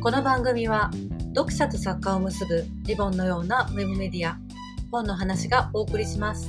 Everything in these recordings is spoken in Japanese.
この番組は読者と作家を結ぶリボンのようなウェブメディア、本の話がお送りします。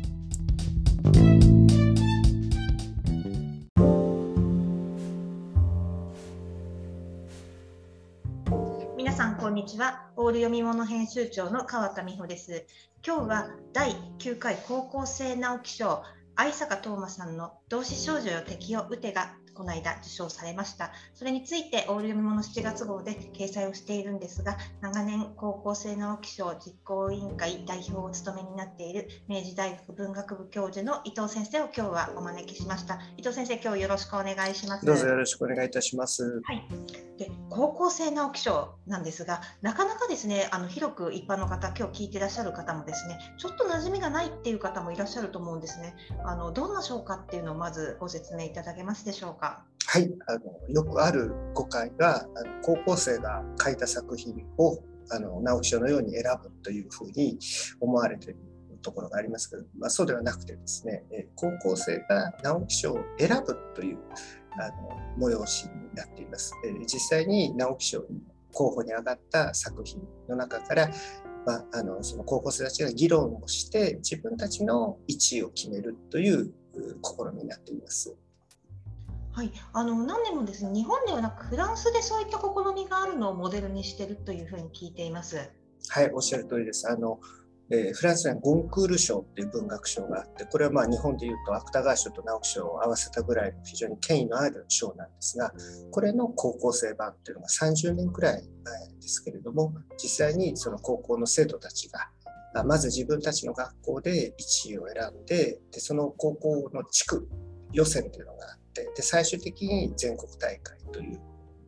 皆さんこんにちは。オール読み物編集長の川田美穂です。今日は第9回高校生直木賞、相坂冬馬さんの同志少女よ敵を撃てがこの間受賞されました。それについてオール読み物7月号で掲載をしているんですが、長年高校生直木賞実行委員会代表をお務めになっている明治大学文学部教授の伊藤先生を今日はお招きしました。伊藤先生、今日よろしくお願いします。 どうぞよろしくお願いいたします。 はい。で、高校生直木賞なんですが、なかなかですね、広く一般の方、今日聞いていらっしゃる方もですね、ちょっと馴染みがないっていう方もいらっしゃると思うんですね。どんな賞かっていうのをまずご説明いただけますでしょうか。 はい、よくある誤解が、高校生が書いた作品を直木賞のように選ぶというふうに思われているところがありますけど、そうではなくてですね、高校生が直木賞を選ぶという催しになっています。実際に直木賞に候補に上がった作品の中から、その高校生たちが議論をして自分たちの1位を決めるという試みになっています。 はい、何年もですね、日本ではなくフランスでそういった試みがあるのをモデルにしているというふうに聞いています。 はい、おっしゃる通りです。フランスにはゴンクール賞という文学賞があって、これは日本でいうと芥川賞と直木賞を合わせたぐらいの非常に権威のある賞なんですが、これの高校生版というのが30年くらい前ですけれども、実際にその高校の生徒たちがまず自分たちの学校で1位を選んで、その高校の地区予選というのがあって、最終的に全国大会という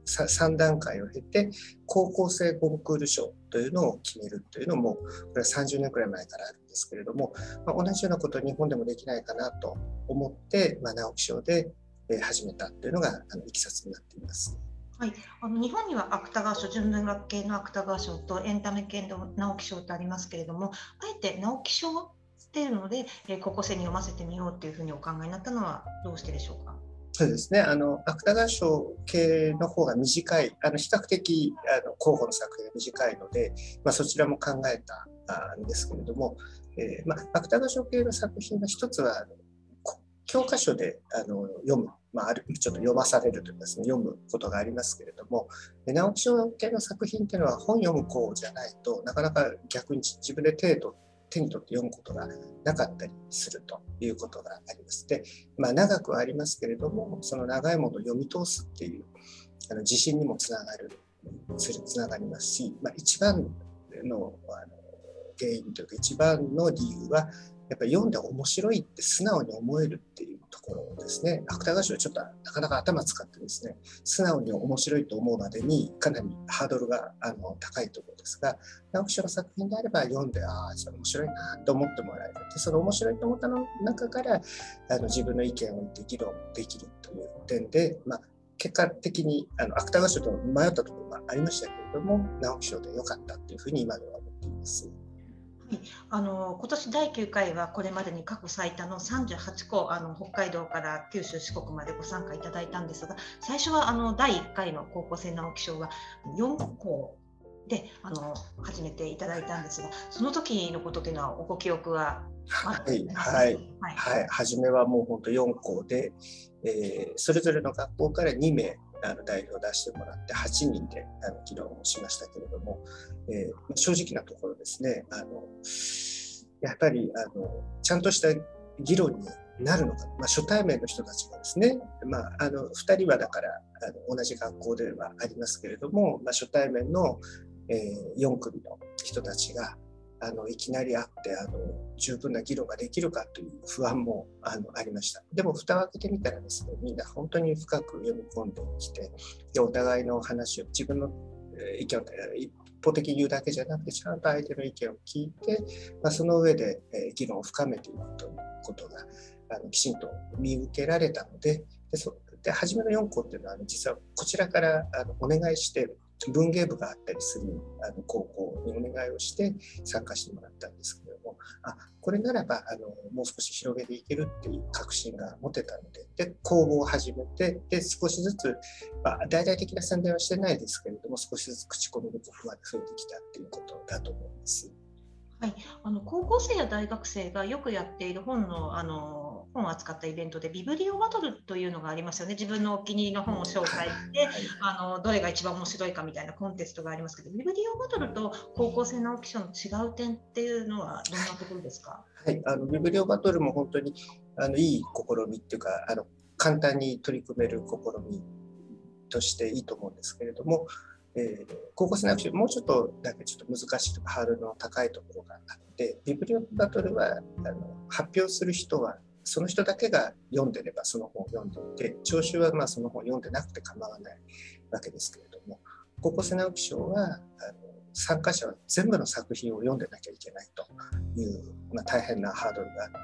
3段階を経て高校生コンクール賞というのを決めるというのも、これは30年くらい前からあるんですけれども、同じようなことを日本でもできないかなと思って、直木賞で始めたというのがいきさつになっています。 はい、日本には芥川賞、純文学系の芥川賞とエンタメ系の直木賞とありますけれども、あえて直木賞っていうので、高校生に読ませてみようというふうにお考えになったのはどうしてでしょうか。 そうですね、芥川賞系の方が短い、比較的候補の作品が短いので、そちらも考えたんですけれども、芥川賞系の作品の一つは教科書で読む、ちょっと読まされるというかですね、読むことがありますけれども、直木賞系の作品というのは本読む子じゃないとなかなか逆に自分で手に取って読むことがなかったりするということがあります。で、長くはありますけれども、その長いものを読み通すっていう自信にもつながりますし、一番の原因というか一番の理由はやっぱり読んで面白いって素直に思えるっていうところですね。芥川賞はちょっとなかなか頭使ってですね、素直に面白いと思うまでにかなりハードルが高いところですが、直木賞の作品であれば読んで、面白いなと思ってもらえる。で、その面白いと思ったの中から自分の意見を言って議論できるという点で、結果的に芥川賞と迷ったところがありましたけれども、直木賞で良かったというふうに今では思っています。 今年第9回はこれまでに過去最多の38校北海道から九州四国までご参加いただいたんですが、最初は第1回の高校生直木賞は4校で始めていただいたんですが、その時のことというのはご記憶は初めはもう本当4校で、それぞれの学校から2名代表を出してもらって8人で議論をしましたけれども、正直なところですね、やっぱりちゃんとした議論になるのか、初対面の人たちがですね、2人はだから同じ学校ではありますけれども、初対面の4組の人たちがいきなり会って十分な議論ができるかという不安もありました。でも蓋を開けてみたらですね、みんな本当に深く読み込んできて、お互いの話を自分の意見を一方的に言うだけじゃなくて、ちゃんと相手の意見を聞いて、その上で議論を深めていくということがきちんと見受けられたので、初めの4校っていうのは実はこちらからお願いして文芸部があったりする高校にお願いをして参加してもらったんですけれども、 これならばもう少し広げていけるっていう確信が持てたので、公募を始めて、で少しずつ、大々的な宣伝はしてないですけれども、少しずつ口コミのここまで増えてきたっていうことだと思います。 はい、高校生や大学生がよくやっている本を扱ったイベントでビブリオバトルというのがありますよね。自分のお気に入りの本を紹介して、どれが一番面白いかみたいなコンテストがありますけど、ビブリオバトルと高校生直木賞の違う点っていうのはどんなところですか？ はい、ビブリオバトルも本当にいい試みっていうか簡単に取り組める試みとしていいと思うんですけれども、高校生直木賞もうちょっと難しいとかハードルの高いところがあって、ビブリオバトルは発表する人はその人だけが読んでればその本を読んでいて、聴衆はその本を読んでなくて構わないわけですけれども、高校生直木賞は参加者は全部の作品を読んでなきゃいけないという、大変なハードルがあって、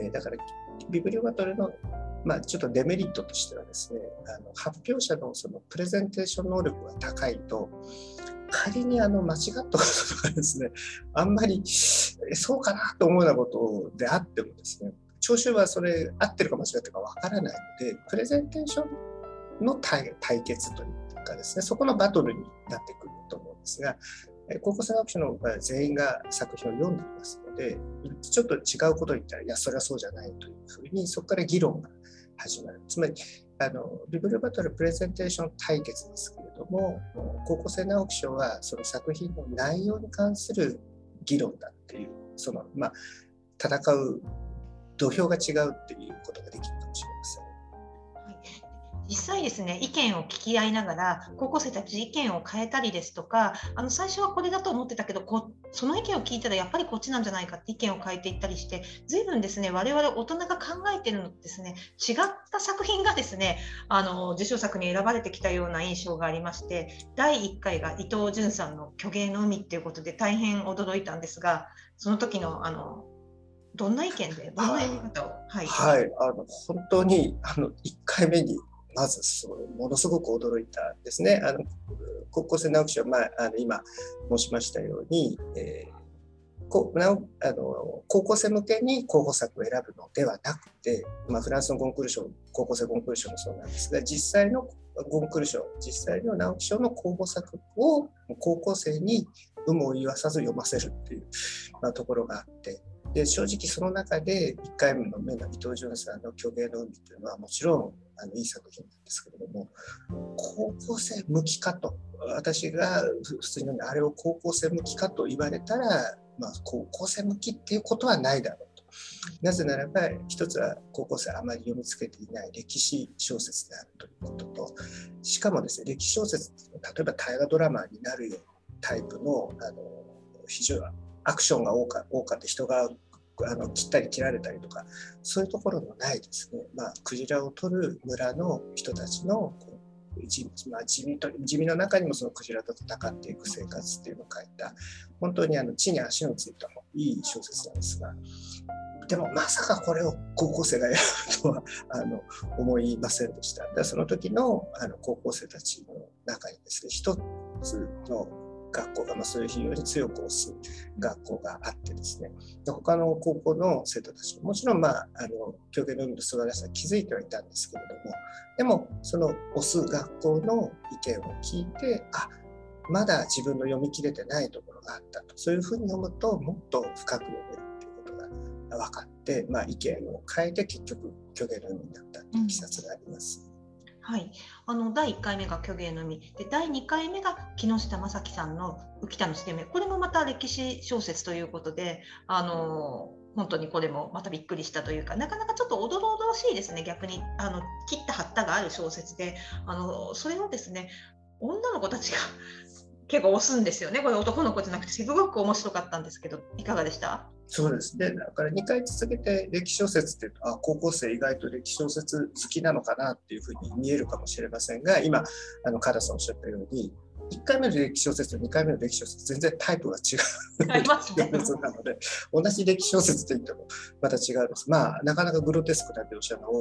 だからビブリオバトルのちょっとデメリットとしてはですね、発表者のそのプレゼンテーション能力が高いと、仮に間違ったこととかですね、あんまりそうかなと思うようなことであってもですね、聴衆はそれ合ってるか間違ってるかわからないので、プレゼンテーションの対決というかですね、そこのバトルになってくると思うんですが、高校生直木賞の場合は全員が作品を読んでいますので、ちょっと違うことを言ったら、いや、それはそうじゃないというふうに、そこから議論が始まる。つまりビブリオバトルプレゼンテーション対決ですけれども、高校生直木賞はその作品の内容に関する議論だっていう、戦う土俵が違うっていうことができるかもしれません。 実際ですね、意見を聞き合いながら高校生たち意見を変えたりですとか、最初はこれだと思ってたけどその意見を聞いたらやっぱりこっちなんじゃないかって意見を変えていったりして、随分ですね、我々大人が考えているのですね、違った作品がですね、受賞作に選ばれてきたような印象がありまして、第1回が伊藤潤さんの虚芸の海っていうことで大変驚いたんですが、その時のどんな意見でどんな読み方を、 本当に1回目にまずものすごく驚いたですね。高校生直木賞は、今申しましたように、高校生向けに候補作を選ぶのではなくて、フランスのゴンクール賞、高校生ゴンクール賞もそうなんですが、実際のゴンクール賞、実際の直木賞の候補作を高校生に有無を言わさず読ませるっていう、ところがあって、で正直その中で1回目の伊藤潤さんの虚芸の海というのはもちろんいい作品なんですけれども、高校生向きかと、私が普通にあれを高校生向きかと言われたら、高校生向きっていうことはないだろうと。なぜならば一つは高校生あまり読みつけていない歴史小説であるということと、しかもですね、歴史小説、例えば大河ドラマになるようなタイプの非常にアクションが多かった人が切ったり切られたりとか、そういうところのないですね、クジラを取る村の人たちの地味の中にもそのクジラと戦っていく生活っていうのを書いた、本当に地に足のついたいい小説なんですが、でもまさかこれを高校生がやるとは思いませんでした。その時の高校生たちの中にですね、一つの学校がそういう非常に強く推す学校があってですね、他の高校の生徒たちももちろん虚芸の海の素晴らしさに気づいてはいたんですけれども、でもその推す学校の意見を聞いて、まだ自分の読み切れてないところがあったと、そういうふうに読むともっと深く読めるということが分かって、意見を変えて結局虚芸の海になったといういきさつがあります。 はい、第1回目が虚芸の海で、第2回目が木下正樹さんの浮田の捨て目、これもまた歴史小説ということで、本当にこれもまたびっくりしたというか、なかなかちょっとおどろおどろしいですね。逆に切った貼ったがある小説で、それをですね、女の子たちが結構押すんですよね。これ男の子じゃなくてすごく面白かったんですけど、いかがでした？ そうですね。だから2回続けて歴史小説っていうと、高校生意外と歴史小説好きなのかなっていうふうに見えるかもしれませんが、今唐さんおっしゃったように、1回目の歴史小説と2回目の歴史小説全然タイプが違うありますね。 なので、同じ歴史小説といってもまた違うんです。なかなかグロテスクな描写が多い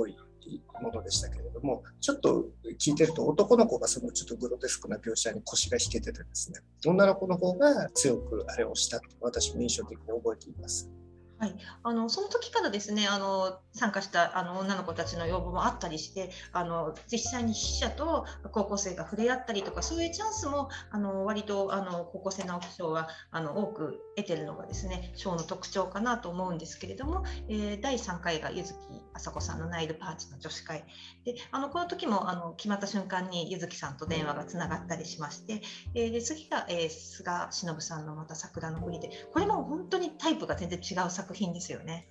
ものでしたけれども、ちょっと聞いてると男の子がそのちょっとグロテスクな描写に腰が引けててですね、女の子の方が強くあれをしたと私も印象的に覚えています。 はい、その時からですね、参加した女の子たちの要望もあったりして、実際に筆者と高校生が触れ合ったりとか、そういうチャンスも割と高校生直木賞は多く得てるのがですね、賞の特徴かなと思うんですけれども、第3回が柚木麻子さんのナイルパーチの女子会で、この時も決まった瞬間に柚木さんと電話がつながったりしまして、で次が、菅忍さんのまた桜の国で、これも本当にタイプが全然違う作品ですよね。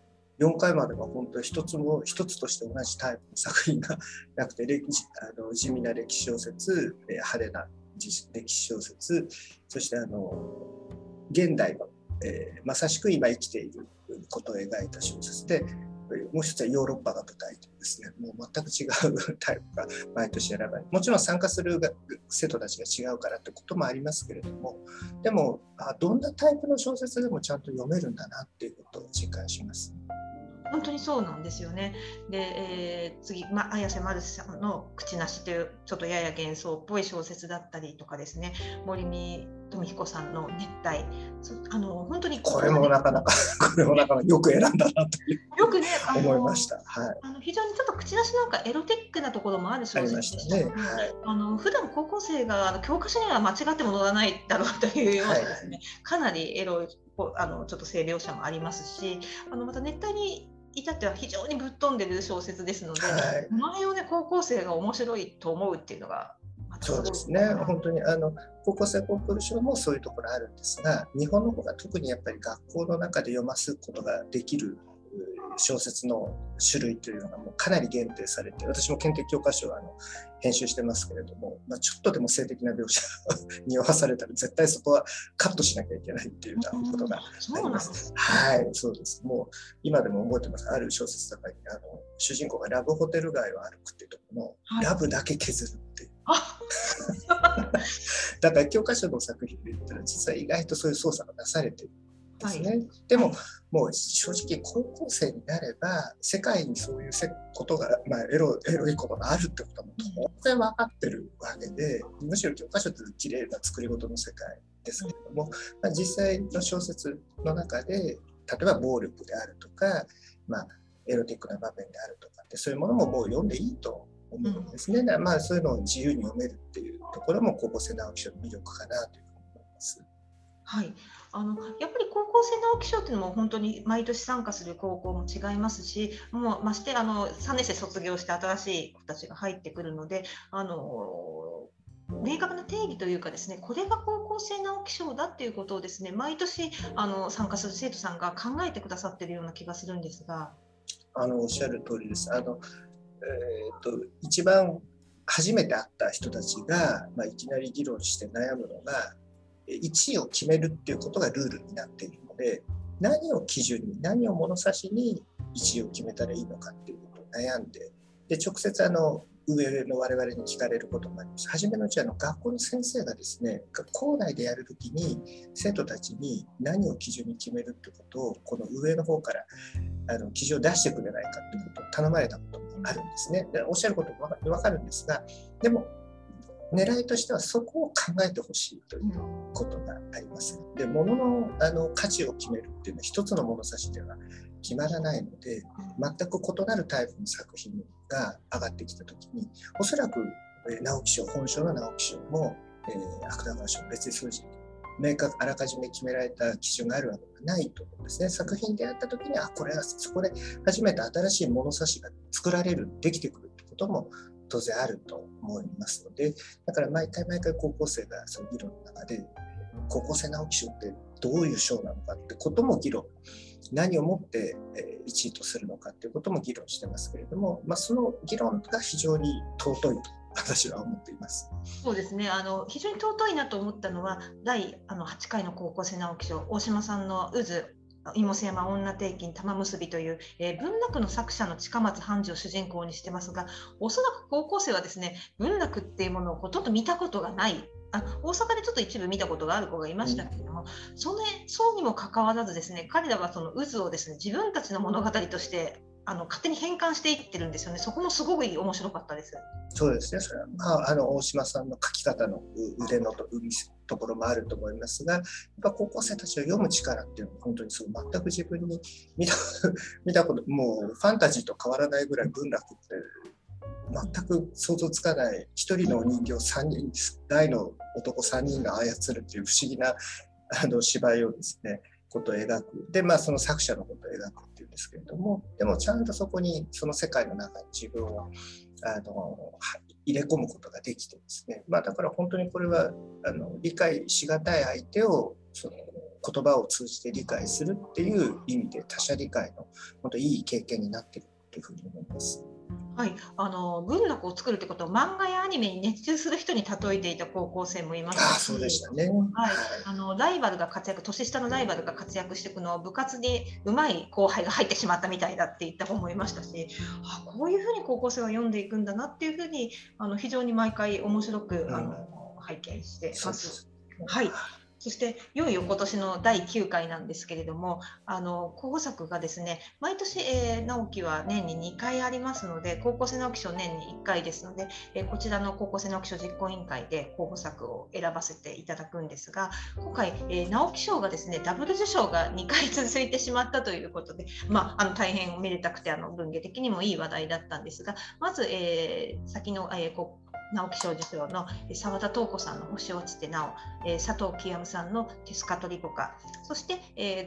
4回までは本当に一つとして同じタイプの作品がなくて、地味な歴史小説、派手な歴史小説、そして現代の、まさしく今生きていることを描いた小説で、もう一つはヨーロッパが舞台というですね、もう全く違うタイプが毎年選ばれる。もちろん参加する生徒たちが違うからってこともありますけれども、でもどんなタイプの小説でもちゃんと読めるんだなっていうことを実感します。 本当にそうなんですよね。で、次、綾瀬まるさんの口なしというちょっとやや幻想っぽい小説だったりとかですね、森見富彦さんの熱帯、本当にこれもなかなかよく選んだなというよくね思いました。はい、 非常にちょっと口なしなんかエロテックなところもある小説でしたので、普段高校生が教科書には間違っても載らないだろうというようなですね、かなりエロいちょっと性描写もありますし、また熱帯に至っては非常にぶっ飛んでる小説ですので、前をね高校生が面白いと思うっていうのがそうですね、本当に高校生コンクール賞もそういうところあるんですが、日本の方が特にやっぱり学校の中で読ますことができる小説の種類というのがもうかなり限定されて、私も検定教科書を編集してますけれども、ちょっとでも性的な描写に負わされたら絶対そこはカットしなきゃいけないっていうことがあります。はい、そうです。もう今でも覚えてます。ある小説とかに主人公がラブホテル街を歩くっていうところのラブだけ削るっていう。だから教科書の作品で言ったら実は意外とそういう操作がなされているんですね。でももう正直高校生になれば世界にそういうことが、エロいことがあるってことはもう当然分かってるわけで、むしろ教科書って綺麗な作り事の世界ですけれども、実際の小説の中で例えば暴力であるとか、エロティックな場面であるとかってそういうものももう読んでいいと思うんですね。そういうのを自由に読めるっていうところも高校生直木賞の魅力かなというふうに思います。 はい、やっぱり高校生直木賞っていうのも本当に毎年参加する高校も違いますし、もうまして3年生卒業して新しい子たちが入ってくるので、明確な定義というかですね、これが高校生直木賞だっていうことをですね、毎年参加する生徒さんが考えてくださっているような気がするんですが。 おっしゃる通りです。一番初めて会った人たちが、いきなり議論して悩むのが1位を決めるっていうことがルールになっているので、何を基準に何を物差しに1位を決めたらいいのかっていうことを悩んで、直接上の我々に聞かれることもあります。初めのうち学校の先生がですね、校内でやるときに生徒たちに何を基準に決めるってことをこの上の方から基準を出してくれないかってことを頼まれたこともあるんですね。でおっしゃることも分かるんですが、でも狙いとしてはそこを考えてほしいということがあります。で、物の価値を決めるっていうのは一つの物差しでは決まらないので、全く異なるタイプの作品が上がってきたときに、おそらく直木賞、本賞の直木賞も、芥川賞も別にそういうあらかじめ決められた基準があるわけではないと思うんですね。作品であったときに、これはそこで初めて新しい物差しが作られる、できてくるってことも当然あると思いますので、だから毎回高校生がその議論の中で、高校生直木賞ってどういう賞なのかってことも議論、何をもって1位とするのかっていうことも議論してますけれども、その議論が非常に尊いと私は思っています。 そうですね、非常に尊いなと思ったのは第8回の高校生直木賞、大島さんの渦妹背山女定金玉結びという、文楽の作者の近松半次を主人公にしてますが、おそらく高校生はですね、文楽っていうものをほとんど見たことがない、大阪でちょっと一部見たことがある子がいましたけれども、そうにもかかわらずですね、彼らはその渦をですね、自分たちの物語として勝手に変換していってるんですよね。そこもすごく面白かったです。 そうですね。それは大島さんの書き方の腕のところもあると思いますが、やっぱ高校生たちを読む力っていうのは本当に全く自分に見たこと、もうファンタジーと変わらないぐらい文楽って全く想像つかない、一人の人形3人、大の男3人が操るっていう不思議な芝居をですね、ことを描く。で、その作者のことを描くっていうんですけれども、でもちゃんとそこに、その世界の中に自分を入れ込むことができてですね、だから本当にこれは理解しがたい相手をその言葉を通じて理解するっていう意味で他者理解の本当にいい経験になっているというふうに思います。 はい、文楽を作るってことを漫画やアニメに熱中する人に例えていた高校生もいましたし、 そうでしたね。 はい、ライバルが活躍、年下のライバルが活躍していくのを部活にうまい後輩が入ってしまったみたいだって言った子もいましたし、こういうふうに高校生は読んでいくんだなっていうふうに非常に毎回面白く拝見してます。はい。そしていよいよ今年の第9回なんですけれども、候補作がですね、毎年、直木は年に2回ありますので、高校生直木賞年に1回ですので、こちらの高校生直木賞実行委員会で候補作を選ばせていただくんですが、今回、直木賞がですね、ダブル受賞が2回続いてしまったということで、大変めでたくて文芸的にもいい話題だったんですが、まず、先の、直木賞受賞の澤田瞳子さんの星落ちてなお、佐藤清さんのテスカトリコカ、そして、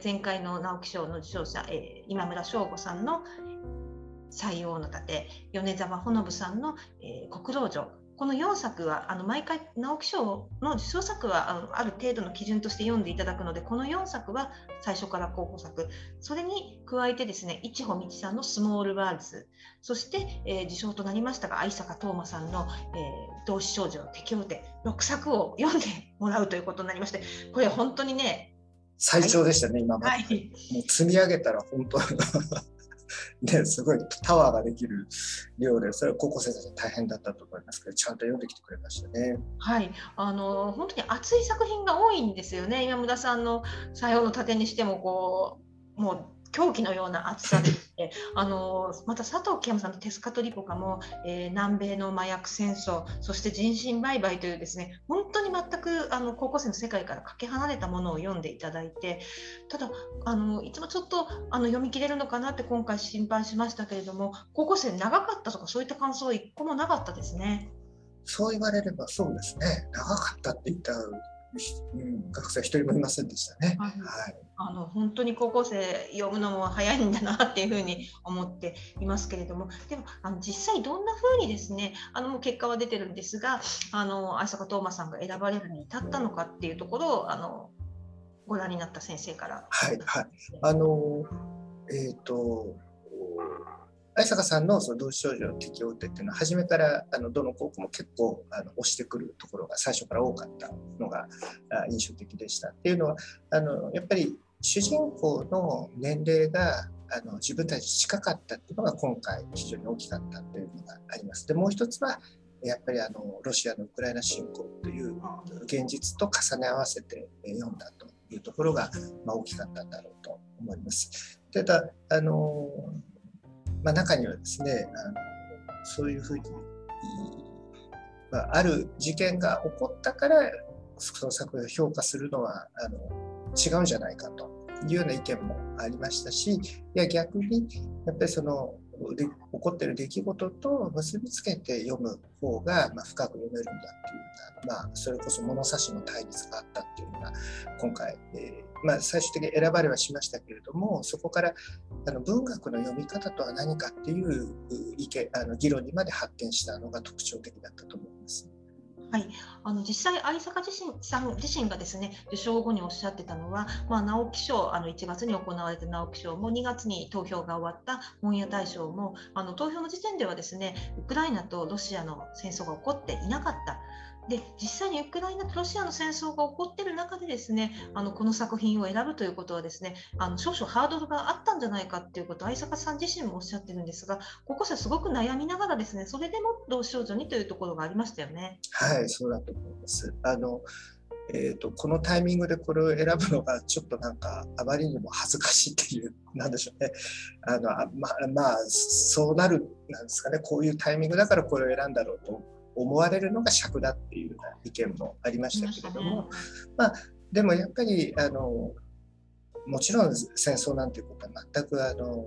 前回の直木賞の受賞者、今村翔吾さんの西王の盾、米沢ほのぶさんの、国老女、この4作は毎回直木賞の受賞作はある程度の基準として読んでいただくので、この4作は最初から候補作、それに加えてですね、市穂道さんのスモールワールズ、そして、受賞となりましたが相坂冬馬さんの、同志少女の適応で6作を読んでもらうということになりまして、これ本当にね、 最長でしたね、今まで。もう積み上げたら本当ね、すごいタワーができる量で、それは高校生たち大変だったと思いますけど、ちゃんと読んできてくれましたね。 はい、本当に熱い作品が多いんですよね。今村さんの西王の盾にしてももう狂気のような熱さでまた佐藤清さんのテスカトリコカも、南米の麻薬戦争、そして人身売買というですね、本当に全く高校生の世界からかけ離れたものを読んでいただいて、ただいつもちょっと読み切れるのかなって今回心配しましたけれども、高校生長かったとかそういった感想は一個もなかったですね。 そう言われればそうですね、長かったって言った学生は一人もいませんでしたね。 本当に高校生読むのも早いんだなっていうふうに思っていますけれども、でも実際どんなふうにですね、もう結果は出てるんですが、相坂冬馬さんが選ばれるに至ったのかっていうところをご覧になった先生から。 相坂さんのその同志少女の適応っていうのは初めからどの高校も結構押してくるところが最初から多かったのが印象的でした。っていうのはやっぱり主人公の年齢が自分たち近かったっていうのが今回非常に大きかったというのがあります。でもう一つはやっぱりロシアのウクライナ侵攻という現実と重ね合わせて読んだというところが大きかったんだろうと思います。ただ中にはですね、そういうふうに、ある事件が起こったからその作品を評価するのは違うんじゃないかというような意見もありましたし、いや逆にやっぱりその起こっている出来事と結びつけて読む方が深く読めるんだっていうような、それこそ物差しの対立があったっていうのが今回、最終的に選ばれはしましたけれども、そこから文学の読み方とは何かっていう議論にまで発展したのが特徴的だったと思います。 はい、実際相坂さん自身がですね、受賞後におっしゃってたのは、直木賞1月に行われた直木賞も2月に投票が終わった本屋大賞も投票の時点ではですね、ウクライナとロシアの戦争が起こっていなかった。で実際にウクライナとロシアの戦争が起こっている中でですね、この作品を選ぶということはですね、少々ハードルがあったんじゃないかということを相坂さん自身もおっしゃってるんですが、高校生はすごく悩みながらですね、それでも同志少女にというところがありましたよね。 はい、そうだと思います。 このタイミングでこれを選ぶのがちょっとなんかあまりにも恥ずかしいっていう、なんでしょうね、そうなるなんですかね、こういうタイミングだからこれを選んだろうと思われるのが尺だっていうような意見もありましたけれども、でもやっぱりもちろん戦争なんていうことは全く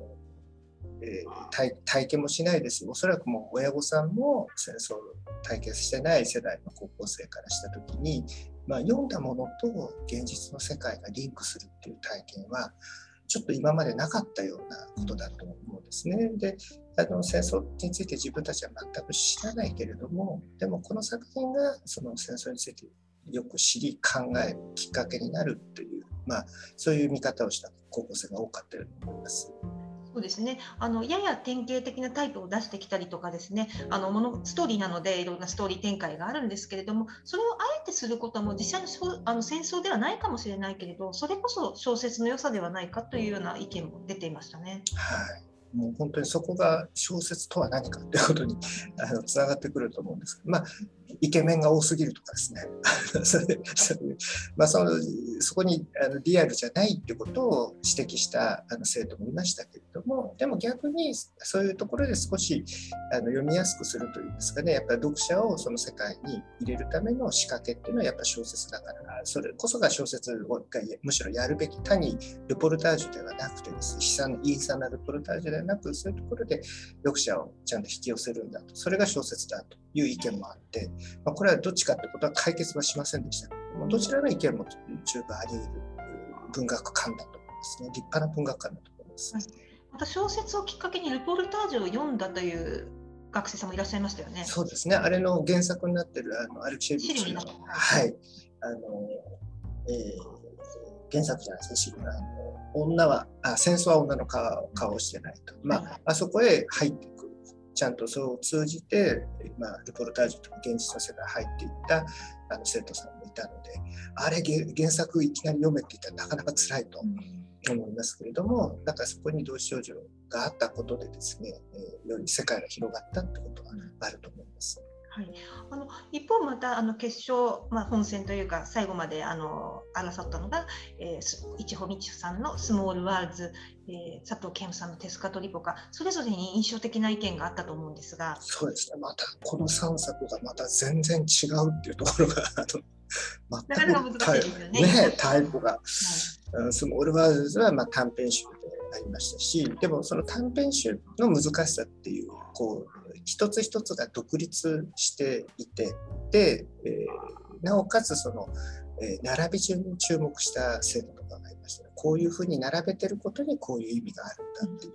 体験もしないですよ。おそらくもう親御さんも戦争を体験してない世代の高校生からしたときに、読んだものと現実の世界がリンクするっていう体験はちょっと今までなかったようなことだと思うんですね。で、戦争について自分たちは全く知らないけれども、でもこの作品がその戦争についてよく知り考えるきっかけになるという、そういう見方をした高校生が多かったように思います。 そうですね、やや典型的なタイプを出してきたりとかですね、ストーリーなのでいろんなストーリー展開があるんですけれども、それをあえてすることも実際の戦争ではないかもしれないけれど、それこそ小説の良さではないかというような意見も出ていましたね。 はい、もう本当にそこが小説とは何かということにつながってくると思うんですけど、イケメンが多すぎるとかですねそこにリアルじゃないってことを指摘した生徒もいましたけれども、でも逆にそういうところで少し読みやすくするというんですかね、やっぱり読者をその世界に入れるための仕掛けっていうのはやっぱ小説だから、それこそが小説がむしろやるべき、単にルポルタージュではなくてですね、陰惨なルポルタージュではなく、そういうところで読者をちゃんと引き寄せるんだと、それが小説だという意見もあって、これはどっちかということは解決はしませんでしたけども、どちらの意見も十分あり得る文学館だと思いますね。立派な文学館だと思います。 また小説をきっかけにルポルタージュを読んだという学生さんもいらっしゃいましたよね。 そうですね。あれの原作になっているアルクシェービッチの、原作じゃないですね。戦争は女の顔をしてないと。あそこへ入っていく。ちゃんとそれを通じて、ルポルタージュとか現実の世界に入っていった生徒さんもいたので、あれ原作いきなり読めって言ったらなかなか辛いと思いますけれども、だからそこに同志少女があったことでですね、より世界が広がったってことはあると思います。 はい、一方また決勝、本戦というか最後まで争ったのが、市穂美智さんのスモールワールズ、佐藤健さんのテスカトリポカ、それぞれに印象的な意見があったと思うんですが。 そうですね、またこの3作がまた全然違うっていうところがなかなか難しいですよね。 タイプが、スモールワールズは短編集でありましたし、でもその短編集の難しさっていう、一つ一つが独立していて、で、なおかつその、並び順に注目した生徒とかがいました、ね、こういうふうに並べてることにこういう意味があるんだっていう、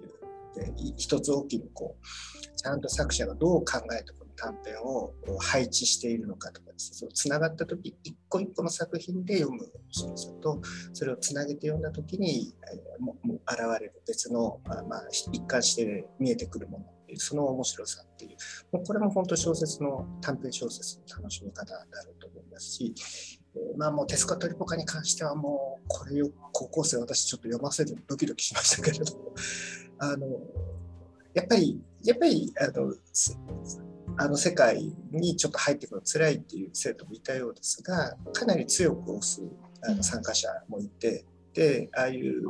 で一つ大きにちゃんと作者がどう考えてこの短編を配置しているのかとかですね、そうつながった時一個一個の作品で読む人と、それをつなげて読んだ時に現れる別の、一貫して見えてくるもの、その面白さっていう、これも本当小説の短編小説の楽しみ方になると思いますし、もうテスカトリポカに関してはもうこれを高校生私ちょっと読ませるドキドキしましたけれども、やっぱり世界にちょっと入ってくるの辛いっていう生徒もいたようですが、かなり強く推す参加者もいて、でああいう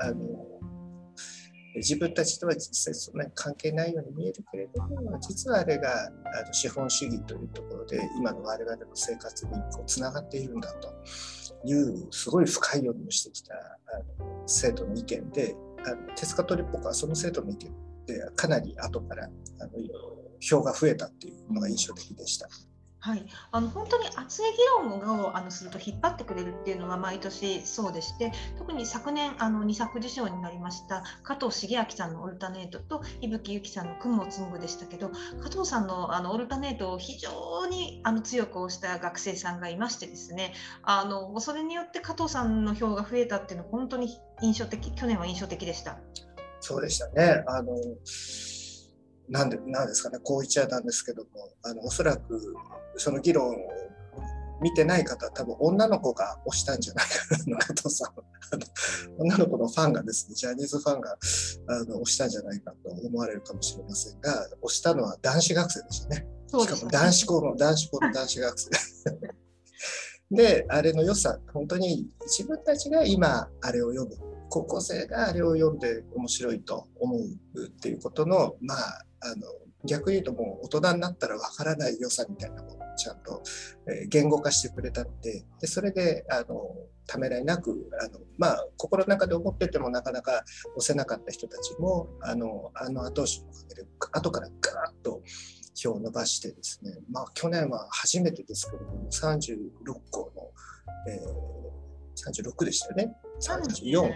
自分たちとは実際そんなに関係ないように見えるけれども、実はあれが資本主義というところで今の我々の生活につながっているんだというすごい深い読みをしてきた生徒の意見で、テスカトリポカはその生徒の意見でかなり後から票が増えたっていうのが印象的でした。 はい、本当に熱い議論をすると引っ張ってくれるっていうのは毎年そうでして、特に昨年2作受賞になりました加藤茂明さんのオルタネートと伊吹由紀さんの雲を紡ぐでしたけど、加藤さんのオルタネートを非常に強く推した学生さんがいましてですね、それによって加藤さんの票が増えたっていうのは本当に印象的、去年は印象的でした。 そうでしたね。なんですかね、こう言っちゃなんですけども、おそらくその議論を見てない方は多分女の子が推したんじゃないかな、加藤さん女の子のファンがですね、ジャニーズファンが推したんじゃないかと思われるかもしれませんが、推したのは男子学生でしたね。しかも男子校の男子学生で、あれの良さ、本当に自分たちが今あれを読む、高校生があれを読んで面白いと思うっていうことの、逆に言うともう大人になったらわからない良さみたいなものをちゃんと言語化してくれたので、それでためらいなく心の中で思っててもなかなか押せなかった人たちも後押しのおかげで後からガーッと票を伸ばしてですね、去年は初めてですけれども36校の、36でしたよね。34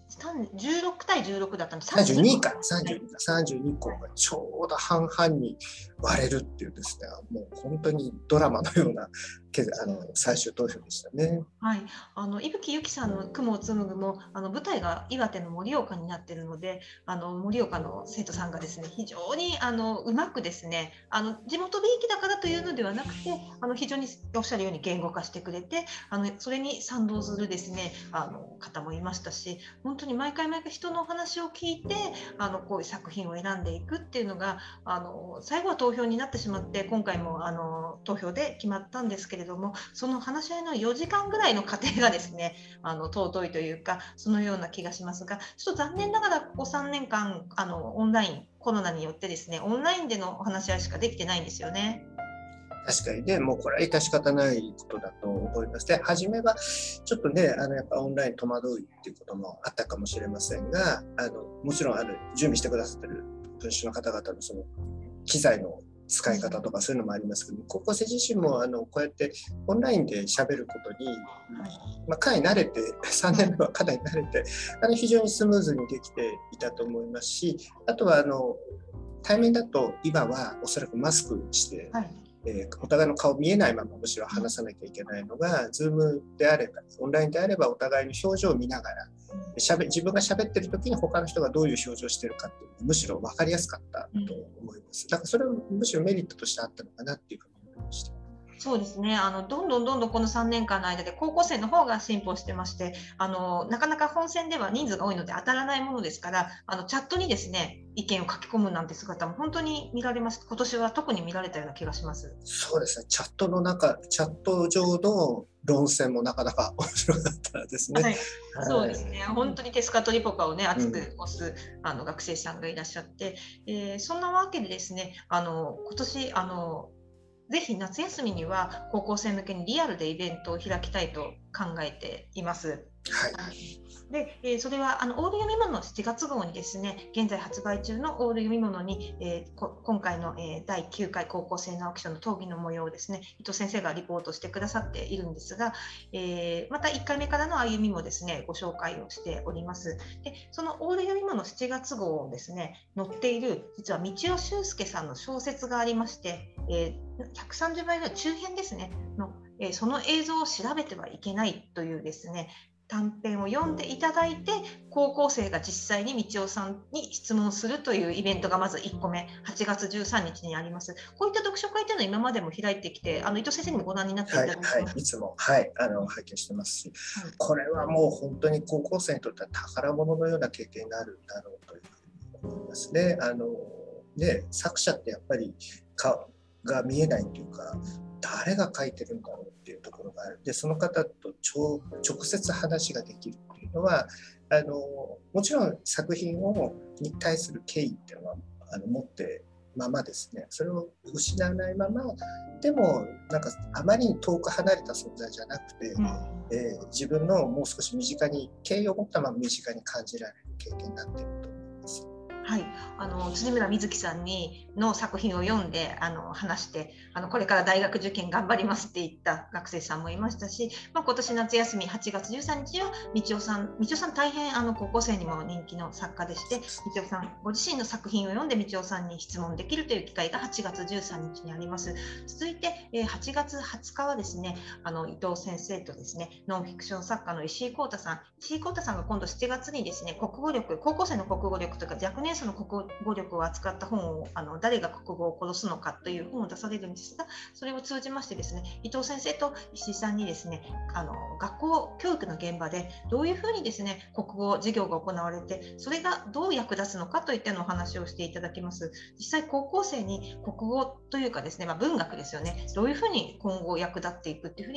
16対16だったんです。 32か、32校がちょうど半々に割れるっていうですね、もう本当にドラマのような最終投票でしたね。 はい、伊吹ゆきさんの雲を紡ぐも舞台が岩手の盛岡になっているので、盛岡の生徒さんがですね、非常にうまくですね、地元びいきだからというのではなくて、非常におっしゃるように言語化してくれて、それに賛同するですね、方もいましたし、本当に毎回人のお話を聞いてこういう作品を選んでいくっていうのが最後は投票になってしまって、今回も投票で決まったんですけれども、その話し合いの4時間ぐらいの過程がですね、尊いというか、そのような気がしますが、ちょっと残念ながらここ3年間オンライン、コロナによってですね、オンラインでのお話し合いしかできてないんですよね。 確かにね、もうこれは致し方ないことだと思います。で、初めはちょっとね、やっぱオンライン戸惑いっていうこともあったかもしれませんが、もちろん準備してくださってる文集の方々のその機材の使い方とかそういうのもありますけど、高校生自身もこうやってオンラインで喋ることに、かなり慣れて、3年目はかなり慣れて、非常にスムーズにできていたと思いますし、あとは対面だと今はおそらくマスクして、お互いの顔見えないままむしろ話さなきゃいけないのが、Zoom であれば、オンラインであればお互いの表情を見ながら、自分が喋ってる時に他の人がどういう表情をしてるかっていうのがむしろ分かりやすかったと思います。だからそれはむしろメリットとしてあったのかなっていうふうに思いました。 そうですね、どんどんこの3年間の間で高校生の方が進歩してまして、なかなか本選では人数が多いので当たらないものですから、チャットにですね、意見を書き込むなんて姿も本当に見られます。今年は特に見られたような気がします。 そうですね、チャット上の論戦もなかなか面白かったですね。 そうですね、本当にテスカトリポカをね、熱く推す学生さんがいらっしゃって、そんなわけでですね、今年ぜひ夏休みには高校生向けにリアルでイベントを開きたいと考えています。で、それはオール読み物7月号にですね、現在発売中のオール読み物に、今回の、第9回高校生直木賞の討議の模様をですね、伊藤先生がリポートしてくださっているんですが、また1回目からの歩みもですね、ご紹介をしております。で、そのオール読み物7月号をですね、載っている実は道尾修介さんの小説がありまして、130倍ぐらい中編ですねの、その映像を調べてはいけないというですね、短編を読んでいただいて、高校生が実際に道尾さんに質問するというイベントがまず1個目、8月13日にあります。こういった読書会というのは今までも開いてきて、伊藤先生にもご覧になっていただいてます。 いつも、拝見してますし、これはもう本当に高校生にとっては宝物のような経験になるんだろうというふうに思いますね。作者ってやっぱり顔が見えないというか、誰が書いてるんだろうっていうところがある。で、その方と直接話ができるっていうのは、もちろん作品に対する敬意っていうのは持ってままですね、それを失わないまま、でもなんかあまりに遠く離れた存在じゃなくて、自分のもう少し身近に、敬意を持ったまま身近に感じられる経験になっていると思います。 はい、辻村瑞希さんの作品を読んで話してこれから大学受験頑張りますって言った学生さんもいましたし、今年夏休み8月13日は道尾さん大変高校生にも人気の作家でして、道尾さんご自身の作品を読んで道尾さんに質問できるという機会が8月13日にあります。続いて8月20日はですね、伊藤先生とですね、ノンフィクション作家の石井光太さんが今度7月にですね、国語力、高校生の国語力というか若年層の国語力を扱った本を誰が国語を殺すのかという本を出されるんですが、それを通じましてですね、伊藤先生と石井さんにですね、学校教育の現場でどういうふうにですね、国語授業が行われて、それがどう役立つのかといったのお話をしていただきます。実際高校生に国語というかですね、文学ですよね、どういうふうに今後役立っていくっていうふうに伊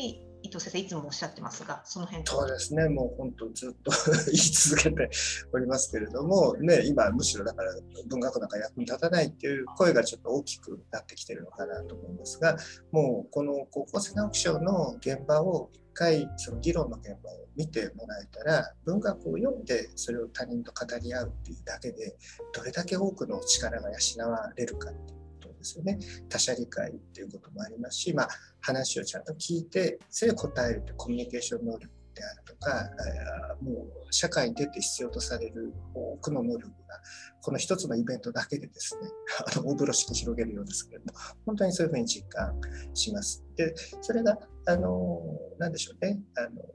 伊藤先生いつもおっしゃってますが、その辺。 そうですね、もう本当ずっと言い続けておりますけれども、ね、今むしろだから文学なんか役に立たないっていう声がちょっと大きくなってきてるのかなと思いますが、もうこの高校生直木賞の現場を一回その議論の現場を見てもらえたら、文学を読んでそれを他人と語り合うっていうだけでどれだけ多くの力が養われるかっていうことですよね。他者理解っていうこともありますし、話をちゃんと聞いてそれを答えるというコミュニケーション能力であるとか、もう社会に出て必要とされる多くの能力がこの一つのイベントだけでですね、大風呂敷広げるようですけれども、本当にそういうふうに実感します。で、それが何でしょうね、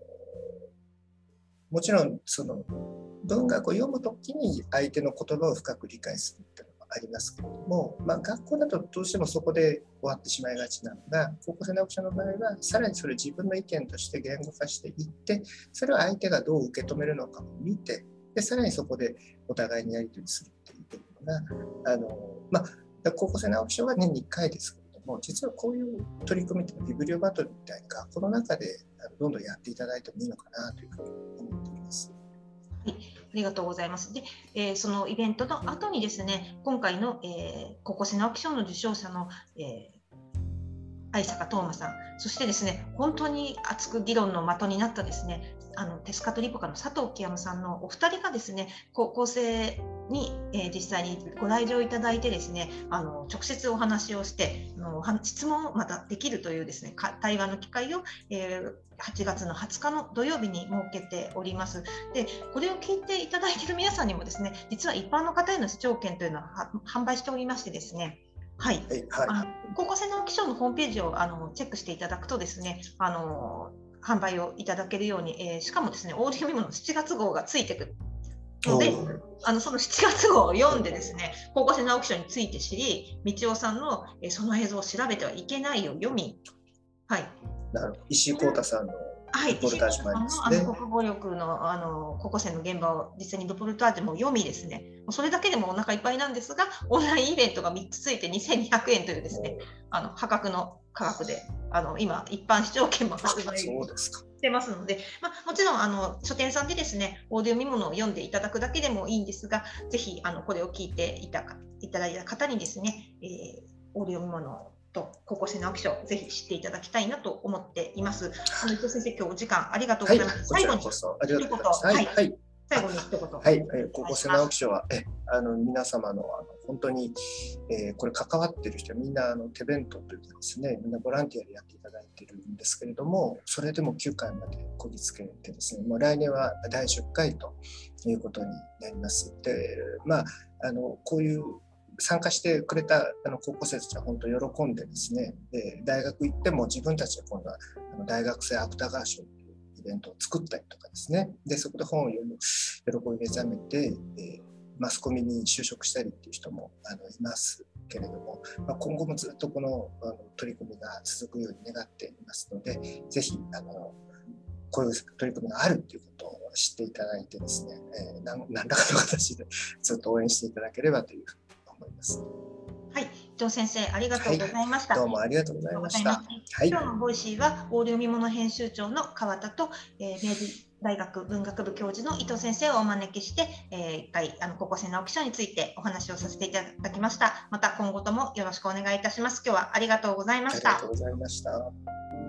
もちろんその文学を読むときに相手の言葉を深く理解するっていうのもありますけれども、学校だとどうしてもそこで終わってしまいがちなのが、高校生直木賞の場合はさらにそれを自分の意見として言語化していって、それを相手がどう受け止めるのかを見て、でさらにそこでお互いにやり取りするっていうのが、高校生直木賞は年に1回ですけれども、実はこういう取り組みってビブリオバトルみたいに学校の中でどんどんやっていただいてもいいのかなというふうに思っています。 はい、ありがとうございます。で、そのイベントの後にですね、今回の、高校生直木賞の受賞者の、相坂冬馬さん、そしてですね、本当に熱く議論の的になったですね、テスカトリポカの佐藤清山さんのお二人がですね、高校生に、実際にご来場いただいてですね、直接お話をして質問をまたできるというですね、対話の機会を、8月の20日の土曜日に設けております。で、これを聞いていただいている皆さんにもですね、実は一般の方への視聴券というのは販売しておりましてですね、はい、高校生直木賞のホームページをチェックしていただくとですね、販売をいただけるように、しかもですね、オーディオ読み物の7月号がついてくるので、その7月号を読んでですね、高校生直木賞について知り、道夫さんのその映像を調べてはいけないを読み、はい、 なるほど、石井光太さんのルポルタージュもありますね。 国語力の高校生の現場を実際にルポルタージュも読みですね、それだけでもお腹いっぱいなんですが、オンラインイベントが3つついて2200円というですね、破格の価格で今一般視聴券も発売してますので、もちろん書店さんでですね、オーディオ見物を読んでいただくだけでもいいんですが、ぜひこれを聞いていただいた方にですね、オーディオ見物と高校生直木賞、ぜひ知っていただきたいなと思っています。伊藤先生、今日お時間ありがとうございます。 最後に一言。 最後に一言。 はい、高校生直木賞は皆様の本当に、これ関わっている人はみんな手弁当というかですね、みんなボランティアでやっていただいているんですけれども、それでも9回までこぎつけてですね、もう来年は第10回ということになります。で、こういう参加してくれた高校生たちは本当喜んでですね、で大学行っても自分たちで今度は大学生芥川賞というイベントを作ったりとかですね、でそこで本を読む喜び目覚めて、マスコミに就職したりっていう人もいますけれども、今後もずっとこの取り組みが続くように願っていますので、ぜひこういう取り組みがあるということを知っていただいてですね、何らかの形でずっと応援していただければというふうに思います。 はい、伊藤先生、ありがとうございました。 どうもありがとうございました。 今日のボイシーはオーディオ見物編集長の川田と、明治大学文学部教授の伊藤先生をお招きして、1回高校生直木賞についてお話をさせていただきました。また今後ともよろしくお願いいたします。今日はありがとうございました。 ありがとうございました。